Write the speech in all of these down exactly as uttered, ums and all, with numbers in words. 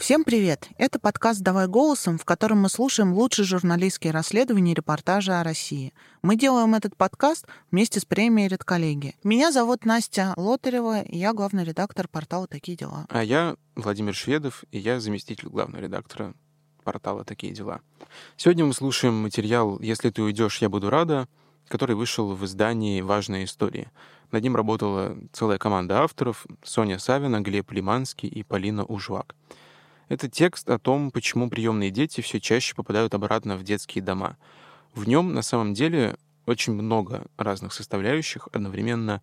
Всем привет! Это подкаст «Давай голосом», в котором мы слушаем лучшие журналистские расследования и репортажи о России. Мы делаем этот подкаст вместе с премией «Редколлегия». Меня зовут Настя Лотарева, и я главный редактор портала «Такие дела». А я Владимир Шведов, и я заместитель главного редактора портала «Такие дела». Сегодня мы слушаем материал «Если ты уйдешь, я буду рада», который вышел в издании «Важные истории». Над ним работала целая команда авторов: Соня Савина, Глеб Лиманский и Полина Ужвак. Это текст о том, почему приемные дети все чаще попадают обратно в детские дома. В нем на самом деле очень много разных составляющих одновременно,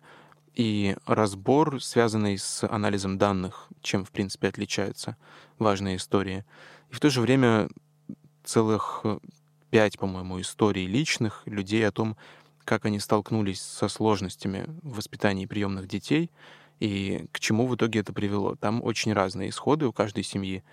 и разбор, связанный с анализом данных, чем, в принципе, отличаются важные истории. И в то же время целых пять, по-моему, историй личных людей о том, как они столкнулись со сложностями в воспитании приемных детей и к чему в итоге это привело. Там очень разные исходы у каждой семьи,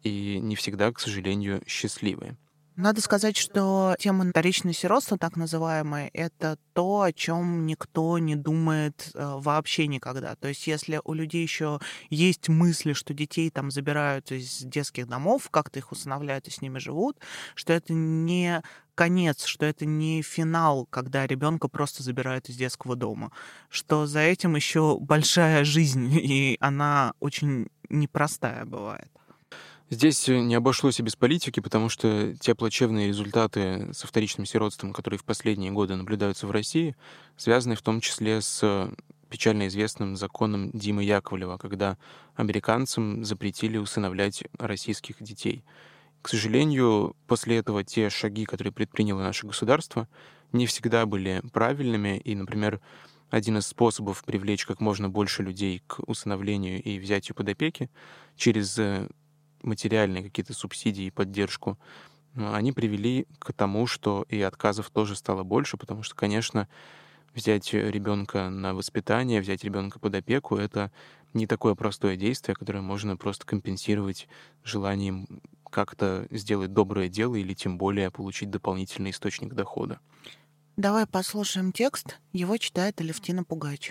и не всегда, к сожалению, счастливые. Надо сказать, что тема вторичного сиротства, так называемая, это то, о чем никто не думает э, вообще никогда. То есть если у людей еще есть мысли, что детей там забирают из детских домов, как-то их усыновляют и с ними живут, что это не конец, что это не финал, когда ребенка просто забирают из детского дома, что за этим еще большая жизнь, и она очень непростая бывает. Здесь не обошлось и без политики, потому что те плачевные результаты со вторичным сиротством, которые в последние годы наблюдаются в России, связаны в том числе с печально известным законом Димы Яковлева, когда американцам запретили усыновлять российских детей. К сожалению, после этого те шаги, которые предприняло наше государство, не всегда были правильными, и, например, один из способов привлечь как можно больше людей к усыновлению и взятию под опеки через материальные какие-то субсидии и поддержку, они привели к тому, что и отказов тоже стало больше, потому что, конечно, взять ребенка на воспитание, взять ребенка под опеку — это не такое простое действие, которое можно просто компенсировать желанием как-то сделать доброе дело или тем более получить дополнительный источник дохода. Давай послушаем текст. Его читает Алевтина Пугач.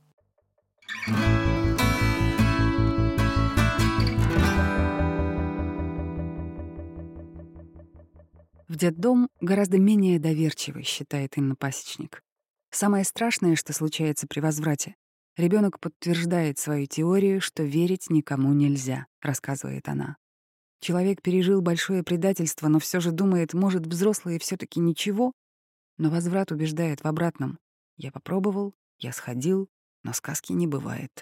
В детдом гораздо менее доверчивый, считает Инна Пасечник. Самое страшное, что случается при возврате. Ребенок подтверждает свою теорию, что верить никому нельзя, рассказывает она. Человек пережил большое предательство, но все же думает, может, взрослые все таки ничего, но возврат убеждает в обратном. Я попробовал, я сходил, но сказки не бывает.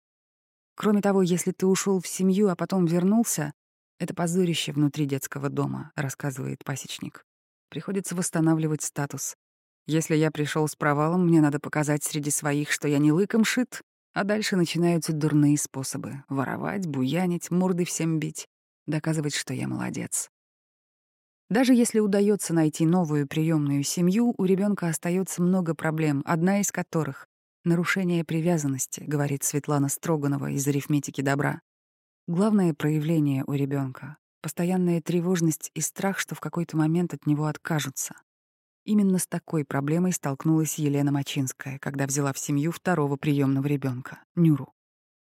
Кроме того, если ты ушел в семью, а потом вернулся, это позорище внутри детского дома, рассказывает Пасечник. Приходится восстанавливать статус. Если я пришел с провалом, мне надо показать среди своих, что я не лыком шит, а дальше начинаются дурные способы — воровать, буянить, морды всем бить, доказывать, что я молодец. Даже если удается найти новую приемную семью, у ребенка остается много проблем, одна из которых — нарушение привязанности, говорит Светлана Строганова из «Арифметики добра». Главное проявление у ребенка — постоянная тревожность и страх, что в какой-то момент от него откажутся. Именно с такой проблемой столкнулась Елена Мачинская, когда взяла в семью второго приемного ребенка — Нюру.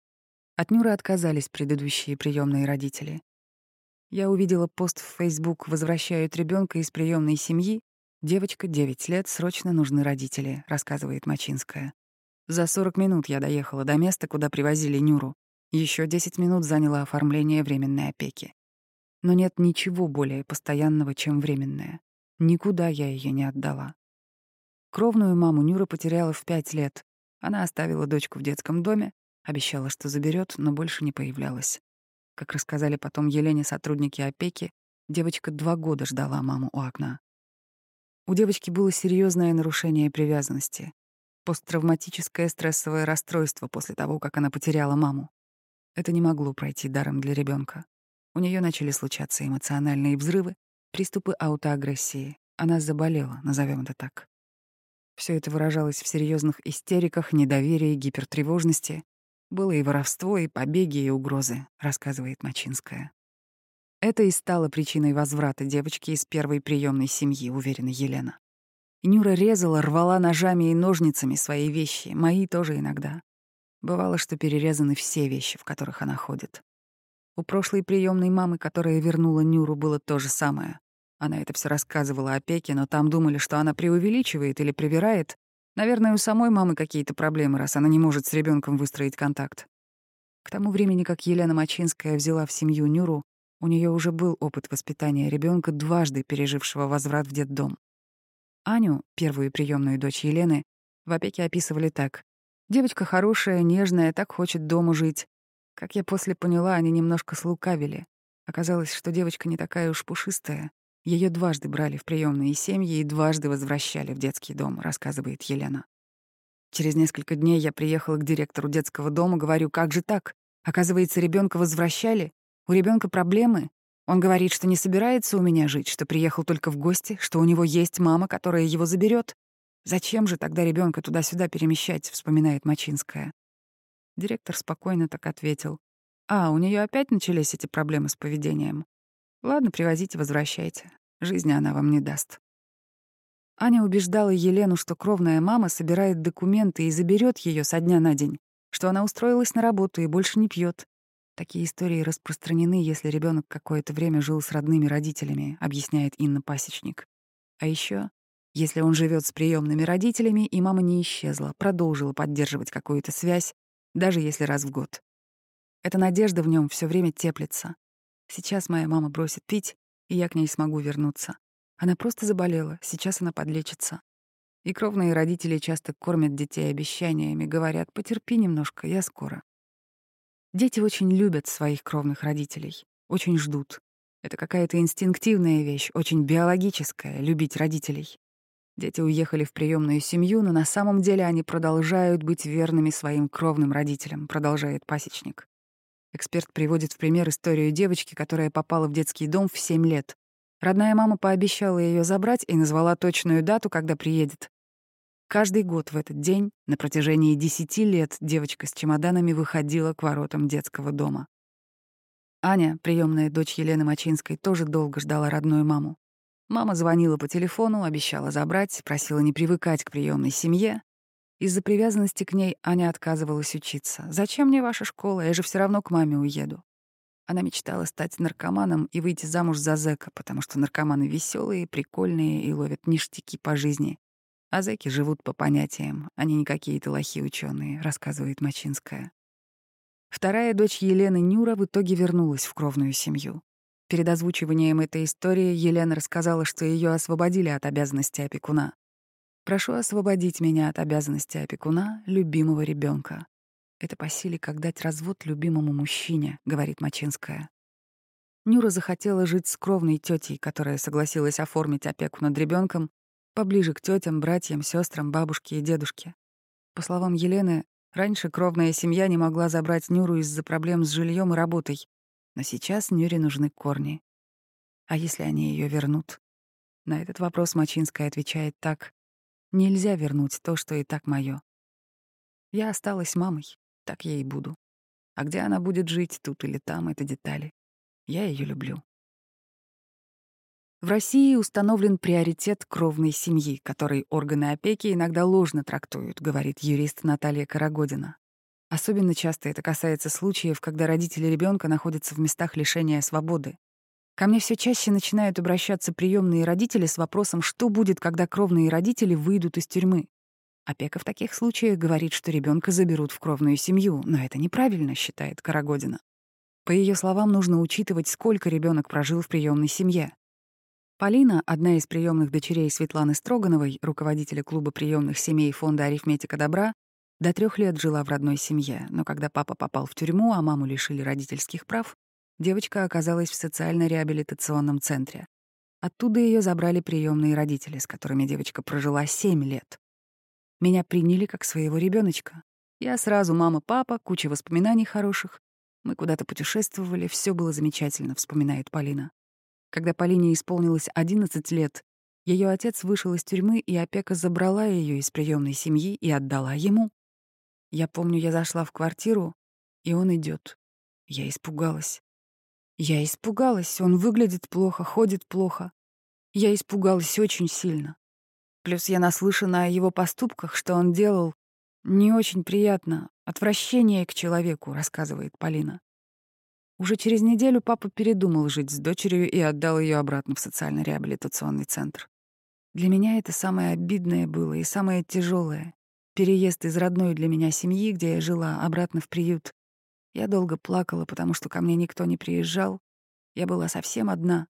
От Нюры отказались предыдущие приемные родители. Я увидела пост в Facebook «Возвращают ребенка из приемной семьи. Девочка, девять лет, срочно нужны родители», — рассказывает Мачинская. За сорок минут я доехала до места, куда привозили Нюру. Еще десять минут заняло оформление временной опеки. Но нет ничего более постоянного, чем временная. Никуда я ее не отдала. Кровную маму Нюра потеряла в пять лет. Она оставила дочку в детском доме, обещала, что заберет, но больше не появлялась. Как рассказали потом Елене сотрудники опеки, девочка два года ждала маму у окна. У девочки было серьезное нарушение привязанности. Посттравматическое стрессовое расстройство после того, как она потеряла маму. Это не могло пройти даром для ребенка. У нее начали случаться эмоциональные взрывы, приступы аутоагрессии. Она заболела, назовем это так. Все это выражалось в серьезных истериках, недоверии, гипертревожности. Было и воровство, и побеги, и угрозы, рассказывает Мачинская. Это и стало причиной возврата девочки из первой приемной семьи, уверена Елена. И Нюра резала, рвала ножами и ножницами свои вещи, мои тоже иногда. Бывало, что перерезаны все вещи, в которых она ходит. У прошлой приемной мамы, которая вернула Нюру, было то же самое. Она это все рассказывала опеке, но там думали, что она преувеличивает или привирает. Наверное, у самой мамы какие-то проблемы, раз она не может с ребенком выстроить контакт. К тому времени, как Елена Мачинская взяла в семью Нюру, у нее уже был опыт воспитания ребенка, дважды пережившего возврат в детдом. Аню, первую приемную дочь Елены, в опеке описывали так. «Девочка хорошая, нежная, так хочет дома жить». Как я после поняла, они немножко слукавили. Оказалось, что девочка не такая уж пушистая. Ее дважды брали в приемные семьи и дважды возвращали в детский дом, рассказывает Елена. Через несколько дней я приехала к директору детского дома, говорю, как же так? Оказывается, ребенка возвращали? У ребенка проблемы? Он говорит, что не собирается у меня жить, что приехал только в гости, что у него есть мама, которая его заберет. Зачем же тогда ребенка туда-сюда перемещать, вспоминает Мачинская. Директор спокойно так ответил. А, у нее опять начались эти проблемы с поведением. Ладно, привозите, возвращайте. Жизни она вам не даст. Аня убеждала Елену, что кровная мама собирает документы и заберет ее со дня на день, что она устроилась на работу и больше не пьет. Такие истории распространены, если ребенок какое-то время жил с родными родителями, объясняет Инна Пасечник. А еще, если он живет с приемными родителями, и мама не исчезла, продолжила поддерживать какую-то связь, даже если раз в год. Эта надежда в нем все время теплится. Сейчас моя мама бросит пить, и я к ней смогу вернуться. Она просто заболела, сейчас она подлечится. И кровные родители часто кормят детей обещаниями, говорят, потерпи немножко, я скоро. Дети очень любят своих кровных родителей, очень ждут. Это какая-то инстинктивная вещь, очень биологическая — любить родителей. Дети уехали в приемную семью, но на самом деле они продолжают быть верными своим кровным родителям, продолжает Пасечник. Эксперт приводит в пример историю девочки, которая попала в детский дом в семь лет. Родная мама пообещала ее забрать и назвала точную дату, когда приедет. Каждый год в этот день на протяжении десяти лет девочка с чемоданами выходила к воротам детского дома. Аня, приемная дочь Елены Мачинской, тоже долго ждала родную маму. Мама звонила по телефону, обещала забрать, просила не привыкать к приемной семье. Из-за привязанности к ней Аня отказывалась учиться. «Зачем мне ваша школа? Я же все равно к маме уеду». Она мечтала стать наркоманом и выйти замуж за зэка, потому что наркоманы веселые, прикольные и ловят ништяки по жизни. А зэки живут по понятиям, они не какие-то лохи ученые, рассказывает Мачинская. Вторая дочь Елены, Нюра, в итоге вернулась в кровную семью. Перед озвучиванием этой истории Елена рассказала, что ее освободили от обязанности опекуна. «Прошу освободить меня от обязанности опекуна любимого ребенка. Это по силе, как дать развод любимому мужчине», — говорит Мачинская. Нюра захотела жить с кровной тетей, которая согласилась оформить опеку над ребенком поближе к тетям, братьям, сестрам, бабушке и дедушке. По словам Елены, раньше кровная семья не могла забрать Нюру из-за проблем с жильем и работой, но сейчас Нюре нужны корни. А если они ее вернут? На этот вопрос Мачинская отвечает так: нельзя вернуть то, что и так мое. Я осталась мамой, так я и буду. А где она будет жить, тут или там, это детали. Я ее люблю. В России установлен приоритет кровной семьи, который органы опеки иногда ложно трактуют, говорит юрист Наталья Карагодина. Особенно часто это касается случаев, когда родители ребенка находятся в местах лишения свободы. Ко мне все чаще начинают обращаться приемные родители с вопросом, что будет, когда кровные родители выйдут из тюрьмы. Опека в таких случаях говорит, что ребенка заберут в кровную семью, но это неправильно, считает Карагодина. По ее словам, нужно учитывать, сколько ребенок прожил в приемной семье. Полина, одна из приемных дочерей Светланы Строгановой, руководителя клуба приемных семей фонда «Арифметика добра», до трех лет жила в родной семье, но когда папа попал в тюрьму, а маму лишили родительских прав, девочка оказалась в социально-реабилитационном центре. Оттуда ее забрали приемные родители, с которыми девочка прожила семь лет. Меня приняли как своего ребеночка. Я сразу мама-папа, куча воспоминаний хороших. Мы куда-то путешествовали, все было замечательно, вспоминает Полина. Когда Полине исполнилось одиннадцать лет, ее отец вышел из тюрьмы, и опека забрала ее из приемной семьи и отдала ему. Я помню, я зашла в квартиру, и он идет. Я испугалась. Я испугалась, он выглядит плохо, ходит плохо. Я испугалась очень сильно. Плюс я наслышана о его поступках, что он делал. Не очень приятно. Отвращение к человеку, рассказывает Полина. Уже через неделю папа передумал жить с дочерью и отдал ее обратно в социально-реабилитационный центр. Для меня это самое обидное было и самое тяжелое. Переезд из родной для меня семьи, где я жила, обратно в приют. Я долго плакала, потому что ко мне никто не приезжал. Я была совсем одна.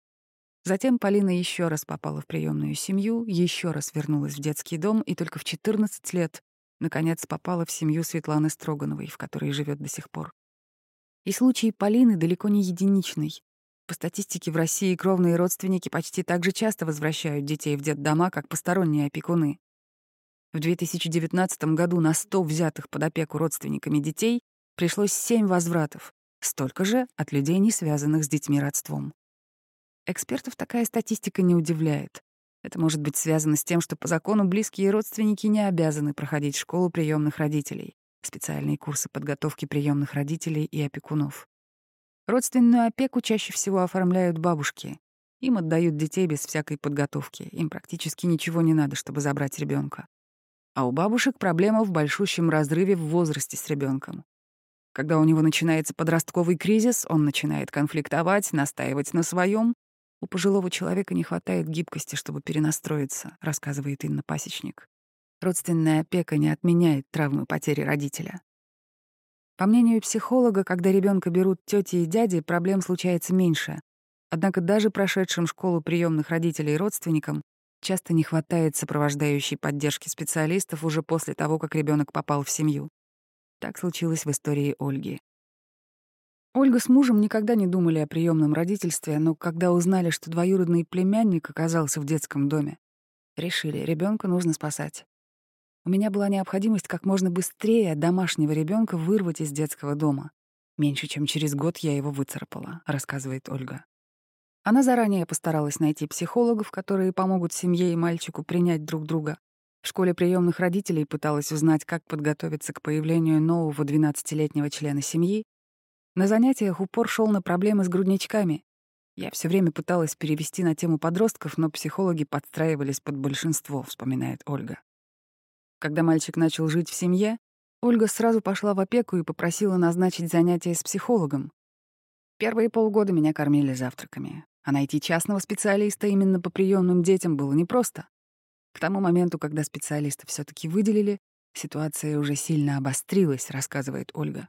Затем Полина еще раз попала в приемную семью, еще раз вернулась в детский дом и только в четырнадцать лет наконец попала в семью Светланы Строгановой, в которой живет до сих пор. И случай Полины далеко не единичный. По статистике в России кровные родственники почти так же часто возвращают детей в детдома, как посторонние опекуны. В две тысячи девятнадцатом году на сто взятых под опеку родственниками детей пришлось семь возвратов, столько же от людей, не связанных с детьми родством. Экспертов такая статистика не удивляет. Это может быть связано с тем, что по закону близкие родственники не обязаны проходить школу приемных родителей, специальные курсы подготовки приемных родителей и опекунов. Родственную опеку чаще всего оформляют бабушки. Им отдают детей без всякой подготовки, им практически ничего не надо, чтобы забрать ребенка. А у бабушек проблема в большущем разрыве в возрасте с ребенком. Когда у него начинается подростковый кризис, он начинает конфликтовать, настаивать на своем. У пожилого человека не хватает гибкости, чтобы перенастроиться, рассказывает Инна Пасечник. Родственная опека не отменяет травмы потери родителя. По мнению психолога, когда ребенка берут тети и дяди, проблем случается меньше. Однако даже прошедшим школу приемных родителей и родственникам часто не хватает сопровождающей поддержки специалистов уже после того, как ребенок попал в семью. Так случилось в истории Ольги. Ольга с мужем никогда не думали о приемном родительстве, но когда узнали, что двоюродный племянник оказался в детском доме, решили, ребенка нужно спасать. У меня была необходимость как можно быстрее домашнего ребенка вырвать из детского дома. Меньше чем через год я его выцарапала, рассказывает Ольга. Она заранее постаралась найти психологов, которые помогут семье и мальчику принять друг друга. В школе приемных родителей пыталась узнать, как подготовиться к появлению нового двенадцатилетнего члена семьи. На занятиях упор шел на проблемы с грудничками. Я все время пыталась перевести на тему подростков, но психологи подстраивались под большинство, вспоминает Ольга. Когда мальчик начал жить в семье, Ольга сразу пошла в опеку и попросила назначить занятия с психологом. Первые полгода меня кормили завтраками, а найти частного специалиста именно по приемным детям было непросто. К тому моменту, когда специалиста все таки выделили, ситуация уже сильно обострилась, рассказывает Ольга.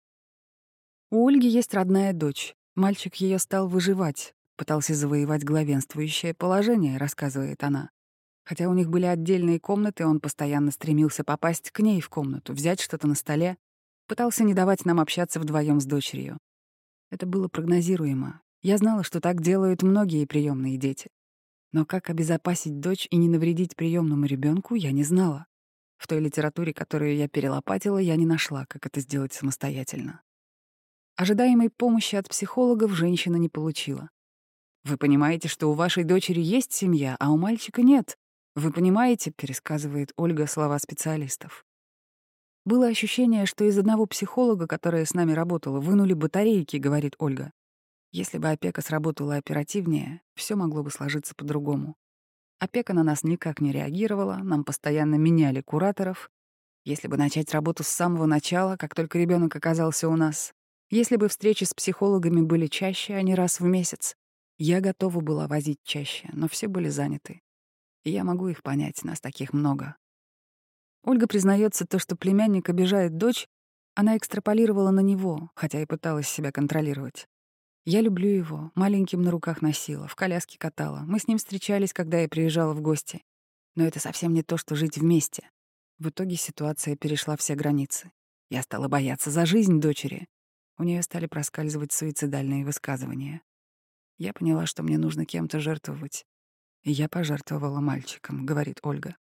У Ольги есть родная дочь. Мальчик ее стал выживать, пытался завоевать главенствующее положение, рассказывает она. Хотя у них были отдельные комнаты, он постоянно стремился попасть к ней в комнату, взять что-то на столе, пытался не давать нам общаться вдвоем с дочерью. Это было прогнозируемо. Я знала, что так делают многие приемные дети. Но как обезопасить дочь и не навредить приемному ребенку, я не знала. В той литературе, которую я перелопатила, я не нашла, как это сделать самостоятельно. Ожидаемой помощи от психологов женщина не получила. «Вы понимаете, что у вашей дочери есть семья, а у мальчика нет? Вы понимаете?» — пересказывает Ольга слова специалистов. Было ощущение, что из одного психолога, которая с нами работала, вынули батарейки, говорит Ольга. Если бы опека сработала оперативнее, все могло бы сложиться по-другому. Опека на нас никак не реагировала, нам постоянно меняли кураторов. Если бы начать работу с самого начала, как только ребенок оказался у нас, если бы встречи с психологами были чаще, а не раз в месяц, я готова была возить чаще, но все были заняты. И я могу их понять, нас таких много. Ольга признается, то, что племянник обижает дочь, она экстраполировала на него, хотя и пыталась себя контролировать. Я люблю его, маленьким на руках носила, в коляске катала. Мы с ним встречались, когда я приезжала в гости. Но это совсем не то, что жить вместе. В итоге ситуация перешла все границы. Я стала бояться за жизнь дочери. У нее стали проскальзывать суицидальные высказывания. Я поняла, что мне нужно кем-то жертвовать. И я пожертвовала мальчиком, говорит Ольга.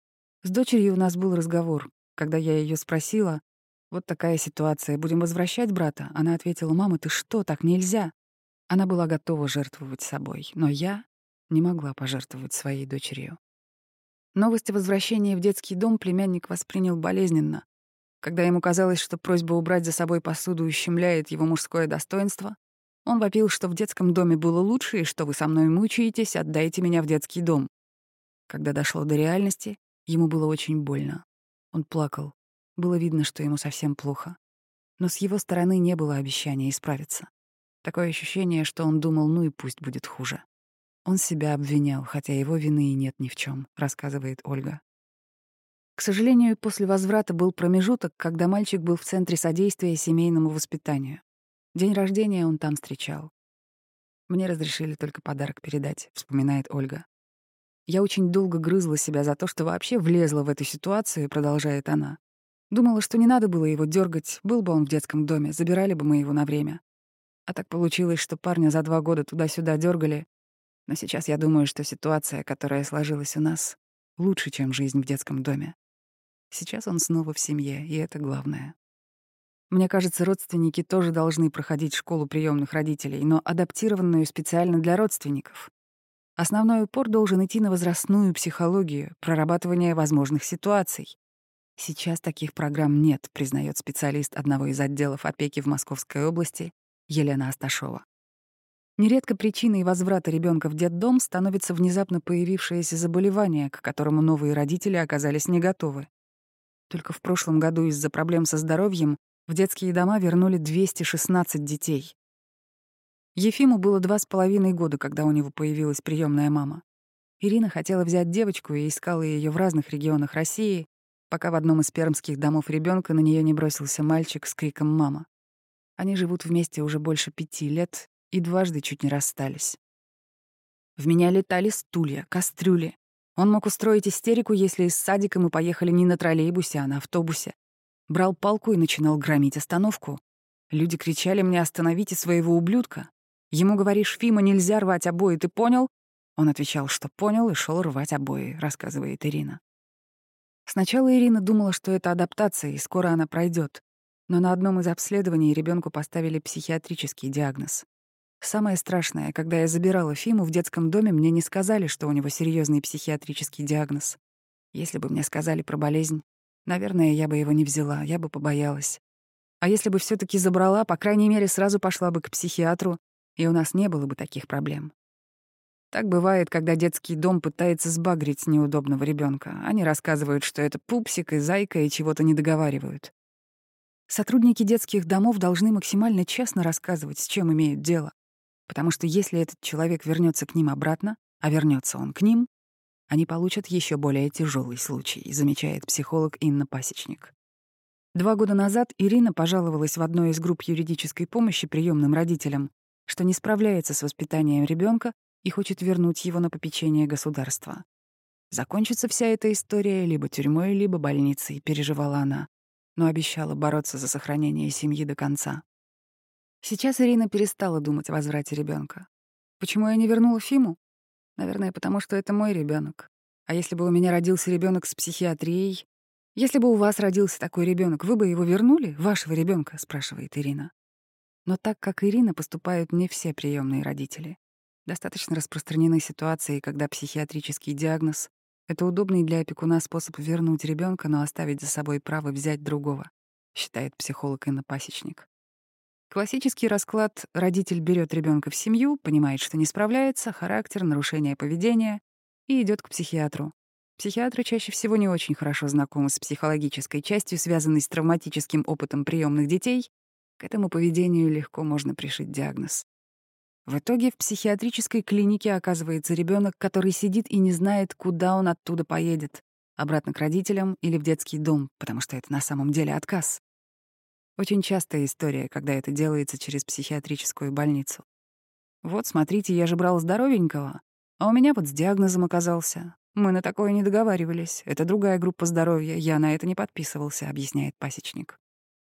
С дочерью у нас был разговор. Когда я ее спросила, вот такая ситуация, будем возвращать брата, она ответила: «Мама, ты что, так нельзя». Она была готова жертвовать собой, но я не могла пожертвовать своей дочерью. Новость о возвращении в детский дом племянник воспринял болезненно. Когда ему казалось, что просьба убрать за собой посуду ущемляет его мужское достоинство, он вопил, что в детском доме было лучше и что вы со мной мучаетесь, отдайте меня в детский дом. Когда дошло до реальности, ему было очень больно. Он плакал. Было видно, что ему совсем плохо. Но с его стороны не было обещания исправиться. Такое ощущение, что он думал, ну и пусть будет хуже. Он себя обвинял, хотя его вины и нет ни в чем, рассказывает Ольга. К сожалению, после возврата был промежуток, когда мальчик был в центре содействия семейному воспитанию. День рождения он там встречал. «Мне разрешили только подарок передать», — вспоминает Ольга. «Я очень долго грызла себя за то, что вообще влезла в эту ситуацию», — продолжает она. «Думала, что не надо было его дергать, был бы он в детском доме, забирали бы мы его на время. А так получилось, что парня за два года туда-сюда дергали. Но сейчас я думаю, что ситуация, которая сложилась у нас, лучше, чем жизнь в детском доме. Сейчас он снова в семье, и это главное. Мне кажется, родственники тоже должны проходить школу приемных родителей, но адаптированную специально для родственников. Основной упор должен идти на возрастную психологию, прорабатывание возможных ситуаций. Сейчас таких программ нет, признает специалист одного из отделов опеки в Московской области Елена Асташова. Нередко причиной возврата ребенка в детдом становится внезапно появившееся заболевание, к которому новые родители оказались не готовы. Только в прошлом году из-за проблем со здоровьем в детские дома вернули двести шестнадцать детей. Ефиму было два с половиной года, когда у него появилась приемная мама. Ирина хотела взять девочку и искала ее в разных регионах России, пока в одном из пермских домов ребенка на нее не бросился мальчик с криком «мама». Они живут вместе уже больше пяти лет и дважды чуть не расстались. В меня летали стулья, кастрюли. Он мог устроить истерику, если из садика мы поехали не на троллейбусе, а на автобусе. Брал палку и начинал громить остановку. Люди кричали мне: «Остановите своего ублюдка! Ему говоришь: Фима, нельзя рвать обои, ты понял?» Он отвечал, что понял, и шел рвать обои, рассказывает Ирина. Сначала Ирина думала, что это адаптация, и скоро она пройдет. Но на одном из обследований ребенку поставили психиатрический диагноз. Самое страшное, когда я забирала Фиму в детском доме, мне не сказали, что у него серьезный психиатрический диагноз. Если бы мне сказали про болезнь, наверное, я бы его не взяла, я бы побоялась. А если бы все таки забрала, по крайней мере, сразу пошла бы к психиатру, и у нас не было бы таких проблем. Так бывает, когда детский дом пытается сбагрить неудобного ребенка. Они рассказывают, что это пупсик и зайка, и чего-то не договаривают. Сотрудники детских домов должны максимально честно рассказывать, с чем имеют дело. Потому что если этот человек вернется к ним обратно, а вернется он к ним, они получат еще более тяжелый случай, замечает психолог Инна Пасечник. Два года назад Ирина пожаловалась в одной из групп юридической помощи приемным родителям, что не справляется с воспитанием ребенка и хочет вернуть его на попечение государства. Закончится вся эта история либо тюрьмой, либо больницей, переживала она, но обещала бороться за сохранение семьи до конца. Сейчас Ирина перестала думать о возврате ребенка. Почему я не вернула Фиму? Наверное, потому что это мой ребенок. А если бы у меня родился ребенок с психиатрией? Если бы у вас родился такой ребенок, вы бы его вернули, вашего ребенка? Спрашивает Ирина. Но так как Ирина, поступают не все приемные родители. Достаточно распространены ситуации, когда психиатрический диагноз — это удобный для опекуна способ вернуть ребенка, но оставить за собой право взять другого, считает психолог Инна Пасечник. Классический расклад: родитель берет ребенка в семью, понимает, что не справляется, характер, нарушение поведения, и идет к психиатру. Психиатры чаще всего не очень хорошо знакомы с психологической частью, связанной с травматическим опытом приемных детей. К этому поведению легко можно пришить диагноз. В итоге в психиатрической клинике оказывается ребенок, который сидит и не знает, куда он оттуда поедет — обратно к родителям или в детский дом, потому что это на самом деле отказ. Очень частая история, когда это делается через психиатрическую больницу. Вот, смотрите, я же брал здоровенького, а у меня вот с диагнозом оказался. Мы на такое не договаривались. Это другая группа здоровья, я на это не подписывался, объясняет Пасечник.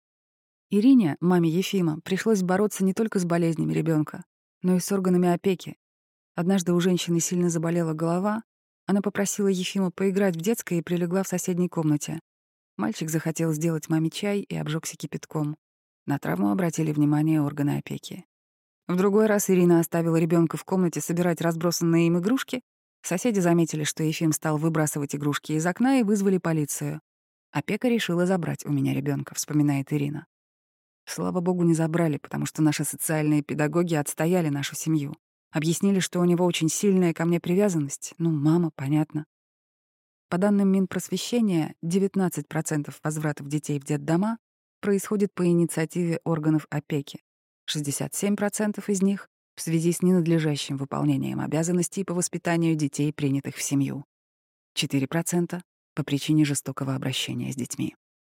Ирине, маме Ефима, пришлось бороться не только с болезнями ребенка, но и с органами опеки. Однажды у женщины сильно заболела голова, она попросила Ефима поиграть в детской и прилегла в соседней комнате. Мальчик захотел сделать маме чай и обжегся кипятком. На травму обратили внимание органы опеки. В другой раз Ирина оставила ребенка в комнате собирать разбросанные им игрушки. Соседи заметили, что Ефим стал выбрасывать игрушки из окна, и вызвали полицию. Опека решила забрать у меня ребенка, вспоминает Ирина. Слава богу, не забрали, потому что наши социальные педагоги отстояли нашу семью. Объяснили, что у него очень сильная ко мне привязанность. Ну, мама, понятно. По данным Минпросвещения, девятнадцать процентов возвратов детей в детдома происходит по инициативе органов опеки. шестьдесят семь процентов из них в связи с ненадлежащим выполнением обязанностей по воспитанию детей, принятых в семью. четыре процента по причине жестокого обращения с детьми.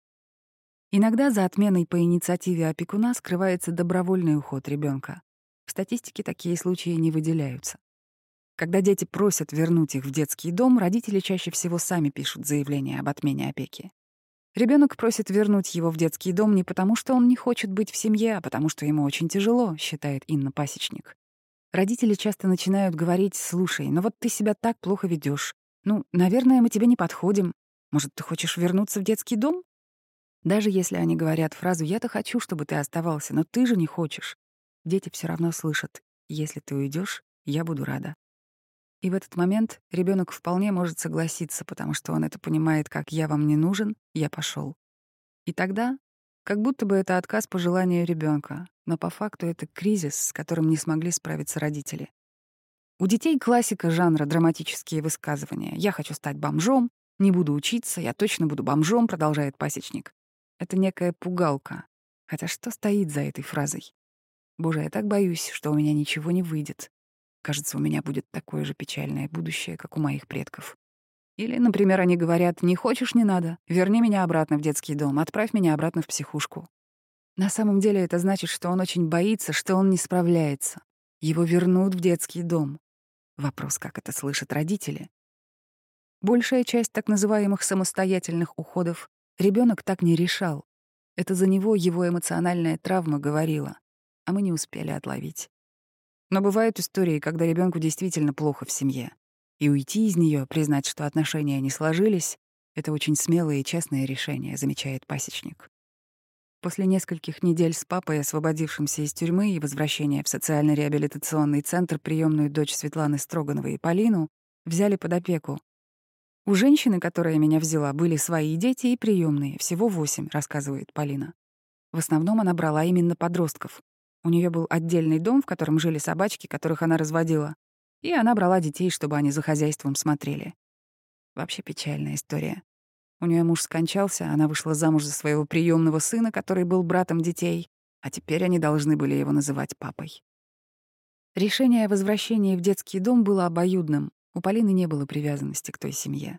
Иногда за отменой по инициативе опекуна скрывается добровольный уход ребенка. В статистике такие случаи не выделяются. Когда дети просят вернуть их в детский дом, родители чаще всего сами пишут заявление об отмене опеки. Ребенок просит вернуть его в детский дом не потому, что он не хочет быть в семье, а потому что ему очень тяжело, считает Инна Пасечник. Родители часто начинают говорить: «Слушай, ну вот ты себя так плохо ведешь. Ну, наверное, мы тебе не подходим. Может, ты хочешь вернуться в детский дом?» Даже если они говорят фразу «я-то хочу, чтобы ты оставался, но ты же не хочешь», дети все равно слышат: «если ты уйдешь, я буду рада». И в этот момент ребенок вполне может согласиться, потому что он это понимает как «я вам не нужен, я пошел». И тогда как будто бы это отказ по желанию ребенка, но по факту это кризис, с которым не смогли справиться родители. У детей классика жанра драматические высказывания. «Я хочу стать бомжом», «не буду учиться», «я точно буду бомжом», продолжает Пасечник. Это некая пугалка. Хотя что стоит за этой фразой? «Боже, я так боюсь, что у меня ничего не выйдет. Кажется, у меня будет такое же печальное будущее, как у моих предков». Или, например, они говорят: «Не хочешь — не надо. Верни меня обратно в детский дом, отправь меня обратно в психушку». На самом деле это значит, что он очень боится, что он не справляется. Его вернут в детский дом. Вопрос, как это слышат родители. Большая часть так называемых самостоятельных уходов ребенок так не решал. Это за него его эмоциональная травма говорила, а мы не успели отловить. Но бывают истории, когда ребенку действительно плохо в семье. И уйти из нее, признать, что отношения не сложились, это очень смелое и честное решение, замечает Пасечник. После нескольких недель с папой, освободившимся из тюрьмы, и возвращения в социально-реабилитационный центр приемную дочь Светланы Строгановой и Полину взяли под опеку. У женщины, которая меня взяла, были свои дети и приемные, всего восемь, рассказывает Полина. В основном она брала именно подростков. У нее был отдельный дом, в котором жили собачки, которых она разводила, и она брала детей, чтобы они за хозяйством смотрели. Вообще печальная история. У нее муж скончался, она вышла замуж за своего приемного сына, который был братом детей, а теперь они должны были его называть папой. Решение о возвращении в детский дом было обоюдным. У Полины не было привязанности к той семье.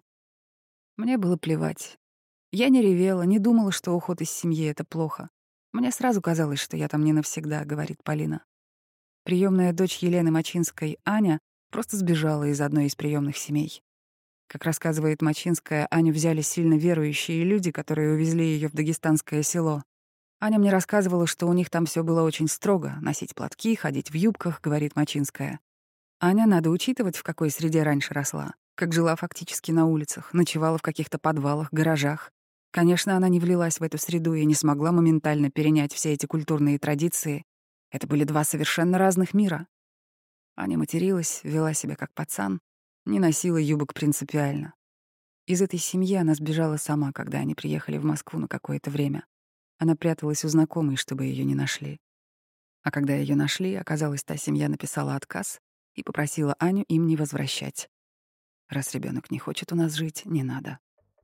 Мне было плевать. Я не ревела, не думала, что уход из семьи — это плохо. Мне сразу казалось, что я там не навсегда, говорит Полина. Приемная дочь Елены Мачинской, Аня, просто сбежала из одной из приемных семей. Как рассказывает Мачинская, Аню взяли сильно верующие люди, которые увезли ее в дагестанское село. Аня мне рассказывала, что у них там все было очень строго: носить платки, ходить в юбках, говорит Мачинская. Аня, надо учитывать, в какой среде раньше росла, как жила фактически на улицах, ночевала в каких-то подвалах, гаражах. Конечно, она не влилась в эту среду и не смогла моментально перенять все эти культурные традиции. Это были два совершенно разных мира. Аня материлась, вела себя как пацан, не носила юбок принципиально. Из этой семьи она сбежала сама, когда они приехали в Москву на какое-то время. Она пряталась у знакомой, чтобы ее не нашли. А когда ее нашли, оказалось, та семья написала отказ и попросила Аню им не возвращать. Раз ребенок не хочет у нас жить, не надо.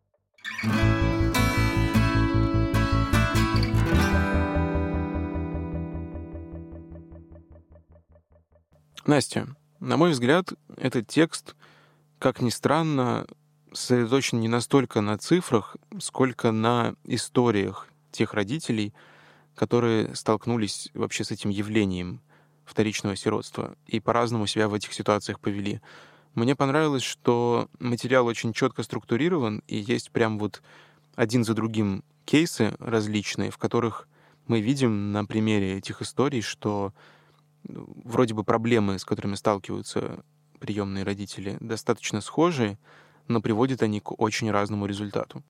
Настя, на мой взгляд, этот текст, как ни странно, сосредоточен не настолько на цифрах, сколько на историях тех родителей, которые столкнулись вообще с этим явлением вторичного сиротства и по-разному себя в этих ситуациях повели. Мне понравилось, что материал очень четко структурирован, и есть прям вот один за другим кейсы различные, в которых мы видим на примере этих историй, что вроде бы проблемы, с которыми сталкиваются приемные родители, достаточно схожие, но приводят они к очень разному результату.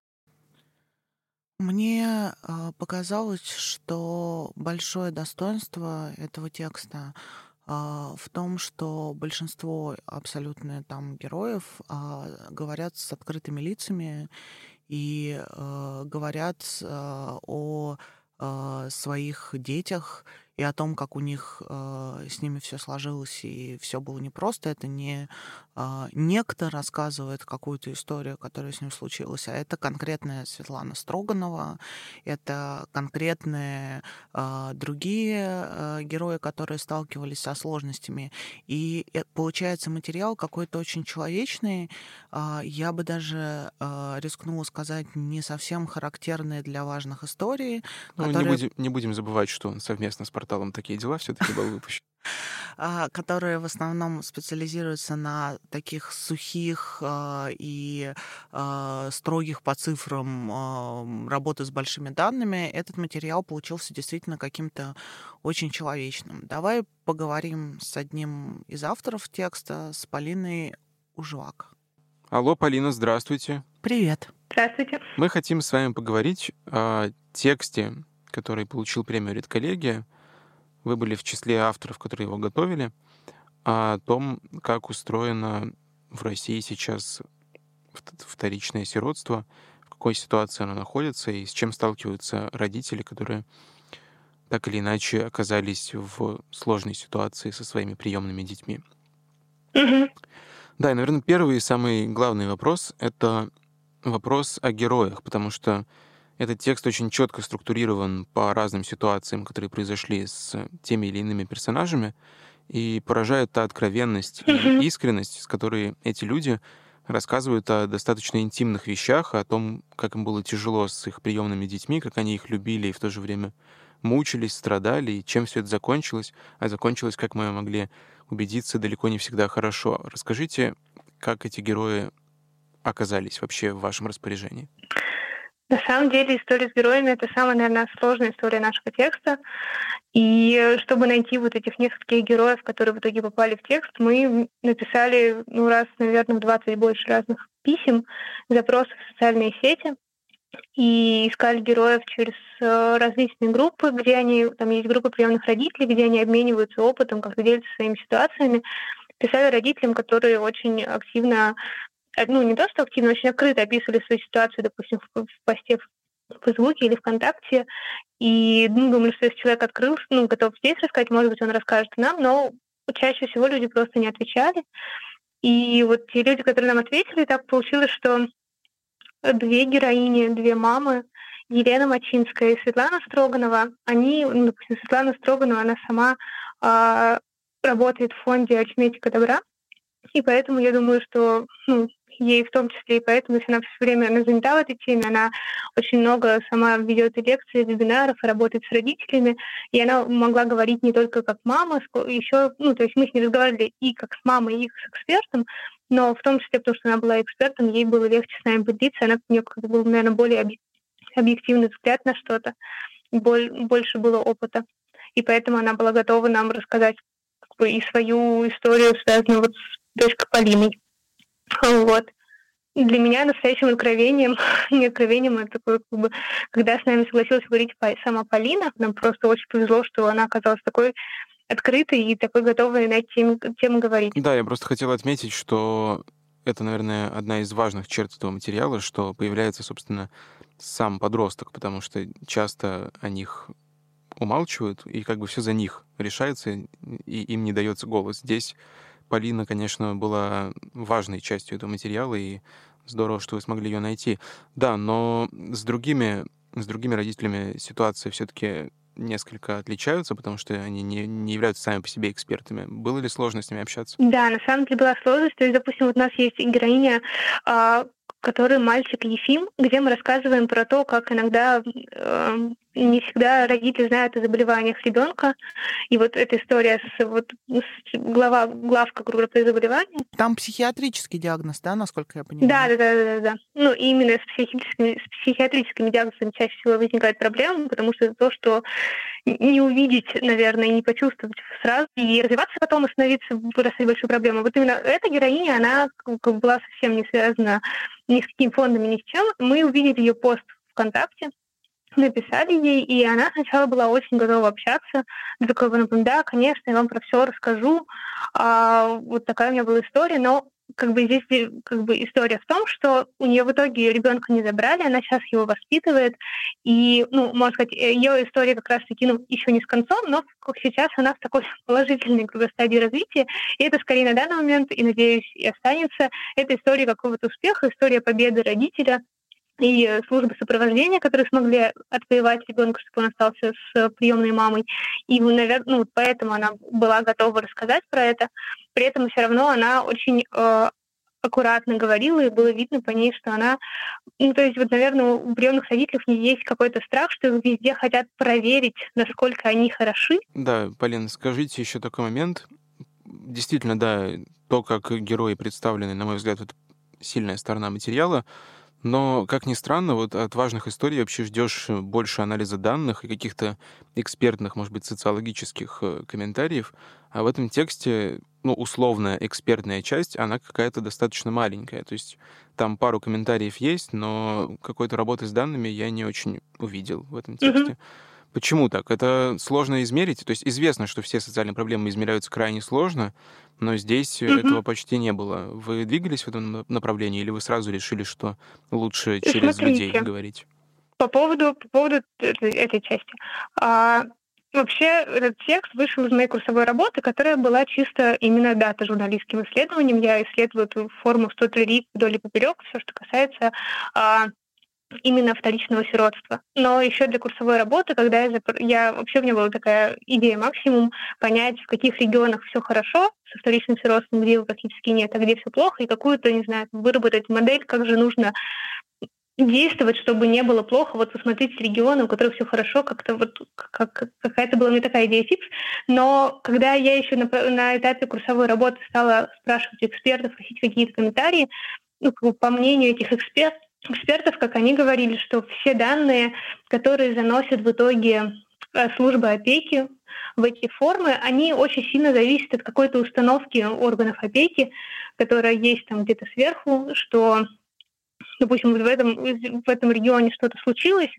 Мне а, показалось, что большое достоинство этого текста а, в том, что большинство абсолютно там героев а, говорят с открытыми лицами и а, говорят а, о а, своих детях и о том, как у них э, с ними все сложилось и все было непросто. Это не э, некто рассказывает какую-то историю, которая с ним случилась, а это конкретная Светлана Строганова, это конкретные э, другие э, герои, которые сталкивались со сложностями. И э, получается материал какой-то очень человечный, э, я бы даже э, рискнула сказать, не совсем характерный для важных историй, Ну, не которые будем, не будем забывать, что он совместно с порталом «Такие дела» все-таки был выпущен. а, которые в основном специализируются на таких сухих а, и а, строгих по цифрам а, работы с большими данными, этот материал получился действительно каким-то очень человечным. Давай поговорим с одним из авторов текста, с Полиной Ужвак. Алло, Полина, здравствуйте. Привет. Здравствуйте. Мы хотим с вами поговорить о тексте, который получил премию «Редколлегия». Вы были в числе авторов, которые его готовили, о том, как устроено в России сейчас вторичное сиротство, в какой ситуации оно находится и с чем сталкиваются родители, которые так или иначе оказались в сложной ситуации со своими приемными детьми. Угу. Да, и, наверное, первый и самый главный вопрос — это вопрос о героях, потому что этот текст очень четко структурирован по разным ситуациям, которые произошли с теми или иными персонажами, и поражает та откровенность и Мгм. искренность, с которой эти люди рассказывают о достаточно интимных вещах, о том, как им было тяжело с их приемными детьми, как они их любили и в то же время мучились, страдали, и чем все это закончилось. А закончилось, как мы могли убедиться, далеко не всегда хорошо. Расскажите, как эти герои оказались вообще в вашем распоряжении? На самом деле история с героями — это самая, наверное, сложная история нашего текста. И э, чтобы найти вот этих нескольких героев, которые в итоге попали в текст, мы написали, ну, раз, наверное, в двадцать больше разных писем, запросов в социальные сети и искали героев через э, различные группы, где они, там есть группа приемных родителей, где они обмениваются опытом, как-то делятся своими ситуациями. Писали родителям, которые очень активно, э, ну, не то что активно, очень открыто описывали свою ситуацию, допустим, в, в посте в Фейсбуке или ВКонтакте, и ну, думали, что если человек открылся, ну, готов здесь рассказать, может быть, он расскажет нам, но чаще всего люди просто не отвечали. И вот те люди, которые нам ответили, так получилось, что две героини, две мамы, Елена Мачинская и Светлана Строганова, они, ну, допустим, Светлана Строганова, она сама а, работает в фонде «Арифметика добра», и поэтому я думаю, что ну, ей в том числе и поэтому, если она все время она занята в этой теме, она очень много сама ведет и лекции, и вебинаров, и работает с родителями, и она могла говорить не только как мама, еще, ну, то есть мы с ней разговаривали и как с мамой, и с экспертом, но в том числе, потому что она была экспертом, ей было легче с нами поделиться, она, у нее был, наверное, более объективный взгляд на что-то, больше было опыта, и поэтому она была готова нам рассказать как бы, и свою историю, связанную вот с дочкой Полиной. Вот. Для меня настоящим откровением, не откровением, это такое, как бы, когда с нами согласилась говорить сама Полина, нам просто очень повезло, что она оказалась такой открытой и такой готовой на эти темы, темы говорить. Да, я просто хотел отметить, что это, наверное, одна из важных черт этого материала, что появляется, собственно, сам подросток, потому что часто о них умалчивают, и как бы все за них решается, и им не дается голос. Здесь Полина, конечно, была важной частью этого материала, и здорово, что вы смогли ее найти. Да, но с другими, с другими родителями ситуация все-таки несколько отличаются, потому что они не, не являются сами по себе экспертами. Было ли сложно с ними общаться? Да, на самом деле была сложность. То есть, допустим, вот у нас есть героиня, который мальчик Ефим, где мы рассказываем про то, как иногда э, не всегда родители знают о заболеваниях ребенка. И вот эта история с, вот, с глава, главка группы заболеваний. Там психиатрический диагноз, да, насколько я понимаю? Да, да, да, да, да. Ну, и именно с психиатрическими, с психиатрическими диагнозами чаще всего возникает проблема, потому что это то, что не увидеть, наверное, и не почувствовать сразу, и развиваться потом, и становиться вырастать большой проблемой. Вот именно эта героиня, она как бы была совсем не связана ни с какими фондами, ни с чем. Мы увидели ее пост ВКонтакте, написали ей, и она сначала была очень готова общаться. Такой, да, конечно, я вам про все расскажу. А, вот такая у меня была история, но как бы здесь э, как бы история в том, что у нее в итоге ребенка не забрали, она сейчас его воспитывает, и, ну, можно сказать, ее история как раз-таки, ну, еще не с концом, но как сейчас она в такой положительной как бы, стадии развития, и это скорее на данный момент, и, надеюсь, и останется, это история какого-то успеха, история победы родителя, и службы сопровождения, которые смогли отвоевать ребенка, чтобы он остался с приемной мамой. И, наверное, ну, поэтому она была готова рассказать про это. При этом все равно она очень э, аккуратно говорила, и было видно по ней, что она... Ну, то есть, вот, наверное, у приемных родителей у них есть какой-то страх, что их везде хотят проверить, насколько они хороши. Да, Полина, скажите еще такой момент. Действительно, да, то, как герои представлены, на мой взгляд, это сильная сторона материала. Но, как ни странно, вот от важных историй вообще ждешь больше анализа данных и каких-то экспертных, может быть, социологических э, комментариев. А в этом тексте, ну, условная экспертная часть, она какая-то достаточно маленькая. То есть там пару комментариев есть, но какой-то работы с данными я не очень увидел в этом тексте. Мгм. Почему так? Это сложно измерить? То есть известно, что все социальные проблемы измеряются крайне сложно, но здесь Мгм. этого почти не было. Вы двигались в этом на- направлении, или вы сразу решили, что лучше И через людей смотрите, говорить? по поводу, по поводу этой, этой части. А, вообще, этот текст вышел из моей курсовой работы, которая была чисто именно дата журналистским исследованием. Я исследую эту форму сто три ри вдоль и поперек, все, что касается а, именно вторичного сиротства. Но еще для курсовой работы, когда я, запр- я вообще у меня была такая идея максимум понять, в каких регионах все хорошо со вторичным сиротством, где его практически нет, а где все плохо, и какую-то, не знаю, выработать модель, как же нужно действовать, чтобы не было плохо. Вот посмотрите регионы, у которых все хорошо, как-то вот как, как- какая-то была мне такая идея фикс. Но когда я еще на, на этапе курсовой работы стала спрашивать у экспертов, просить какие-то комментарии, ну, как бы по мнению этих эксперт, экспертов, как они говорили, что все данные, которые заносят в итоге э, службы опеки в эти формы, они очень сильно зависят от какой-то установки органов опеки, которая есть там где-то сверху, что, допустим, вот в этом, в этом регионе что-то случилось,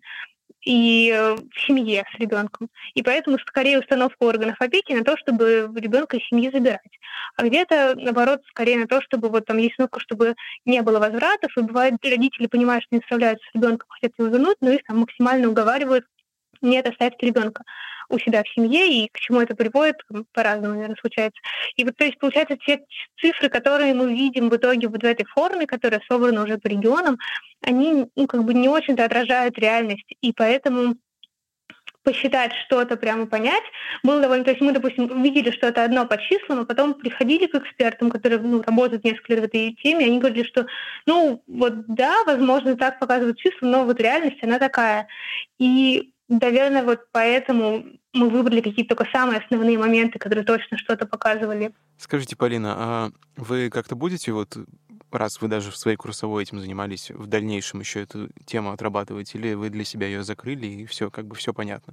и э, в семье с ребенком. И поэтому скорее установка органов опеки на то, чтобы ребенка из семьи забирать. А где-то, наоборот, скорее на то, чтобы вот там есть установка, чтобы не было возвратов, и бывает, родители понимают, что не справляются с ребенком, хотят его вернуть, но их там максимально уговаривают: нет, оставьте ребенка у себя в семье, и к чему это приводит, по-разному, наверное, случается. И вот, то есть, получается, те цифры, которые мы видим в итоге вот в этой форме, которая собрана уже по регионам, они, ну, как бы не очень-то отражают реальность, и поэтому посчитать что-то, прямо понять, было довольно... То есть мы, допустим, видели что-то одно по числам, а потом приходили к экспертам, которые, ну, работают несколько лет в этой теме, и они говорили, что, ну, вот да, возможно, так показывают числа, но вот реальность, она такая. И, наверное, вот поэтому мы выбрали какие-то только самые основные моменты, которые точно что-то показывали. Скажите, Полина, а вы как-то будете, вот раз вы даже в своей курсовой этим занимались, в дальнейшем еще эту тему отрабатывать, или вы для себя ее закрыли, и все, как бы все понятно?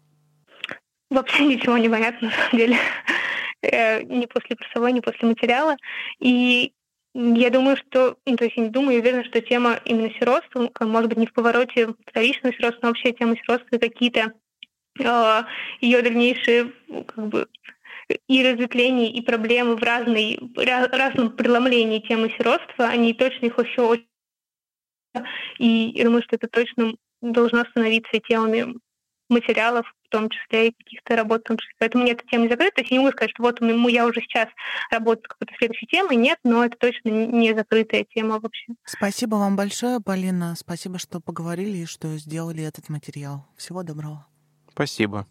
Вообще ничего не понятно, на самом деле. Э, Ни после курсовой, ни после материала. И я думаю, что... Ну, то есть я не думаю, я уверена, что тема именно сиротства, ну, как, может быть, не в повороте вторичного сиротства, но вообще тема сиротства и какие-то э, ее дальнейшие, ну, как бы, и разветвления, и проблемы в разной, ra- разном преломлении темы сиротства, они точно их еще очень... И я думаю, что это точно должно становиться и темами материалов, в том числе и каких-то работ, в том числе. Поэтому нет, эта тема не закрыта. То есть я не могу сказать, что вот ему я уже сейчас работаю с какой-то следующей темой. Нет, но это точно не закрытая тема вообще. Спасибо вам большое, Полина. Спасибо, что поговорили и что сделали этот материал. Всего доброго. Спасибо.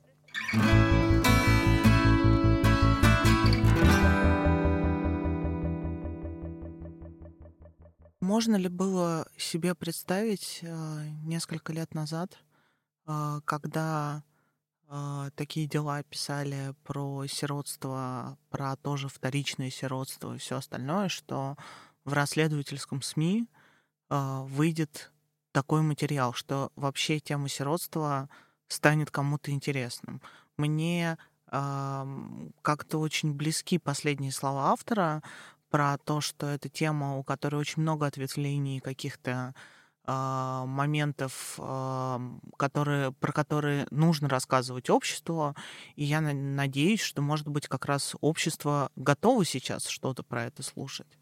Можно ли было себе представить э, несколько лет назад, э, когда э, такие дела писали про сиротство, про тоже вторичное сиротство и все остальное, что в расследовательском СМИ э, выйдет такой материал, что вообще тема сиротства станет кому-то интересным. Мне ам, как-то очень близки последние слова автора про то, что это тема, у которой очень много ответвлений, каких-то а, моментов, ам, которые, про которые нужно рассказывать обществу. И я на- надеюсь, что, может быть, как раз общество готово сейчас что-то про это слушать.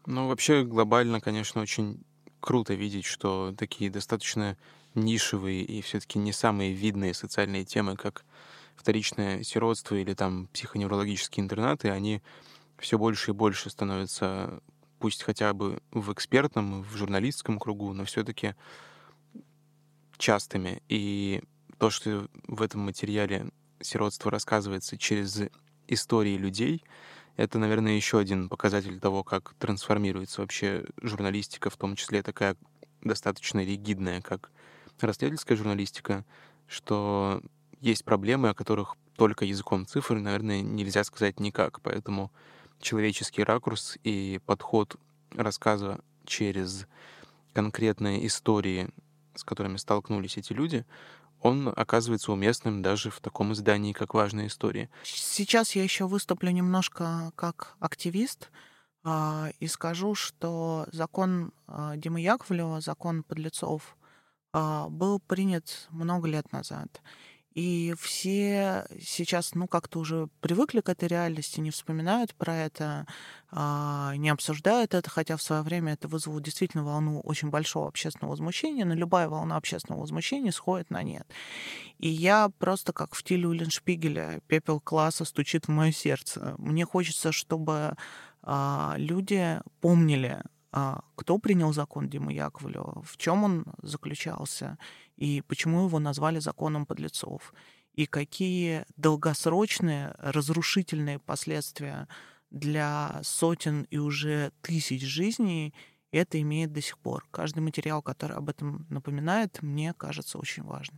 Ну, вообще, глобально, конечно, очень круто видеть, что такие достаточно нишевые и все-таки не самые видные социальные темы, как вторичное сиротство или там психоневрологические интернаты, они все больше и больше становятся, пусть хотя бы в экспертном, в журналистском кругу, но все-таки частыми. И то, что в этом материале сиротство рассказывается через истории людей, это, наверное, еще один показатель того, как трансформируется вообще журналистика, в том числе такая достаточно ригидная, как расследовательская журналистика, что есть проблемы, о которых только языком цифр, наверное, нельзя сказать никак. Поэтому человеческий ракурс и подход рассказа через конкретные истории, с которыми столкнулись эти люди, он оказывается уместным даже в таком издании, как «Важная история». Сейчас я еще выступлю немножко как активист а, и скажу, что закон а, Димы Яковлева, закон подлецов, а, был принят много лет назад. И все сейчас, ну, как-то уже привыкли к этой реальности, не вспоминают про это, а, не обсуждают это, хотя в свое время это вызвало действительно волну очень большого общественного возмущения, но любая волна общественного возмущения сходит на нет. И я просто как в стиле Уллиншпигеля, пепел класса стучит в мое сердце. Мне хочется, чтобы а, люди помнили, а, кто принял закон Димы Яковлева, в чем он заключался, и почему его назвали законом подлецов, и какие долгосрочные разрушительные последствия для сотен и уже тысяч жизней это имеет до сих пор. Каждый материал, который об этом напоминает, мне кажется очень важным.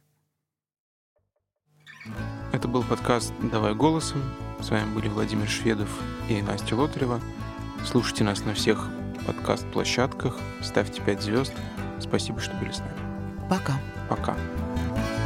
Это был подкаст «Давай голосом». С вами были Владимир Шведов и Настя Лотарева. Слушайте нас на всех подкаст-площадках, ставьте пять звезд. Спасибо, что были с нами. Пока. Пока.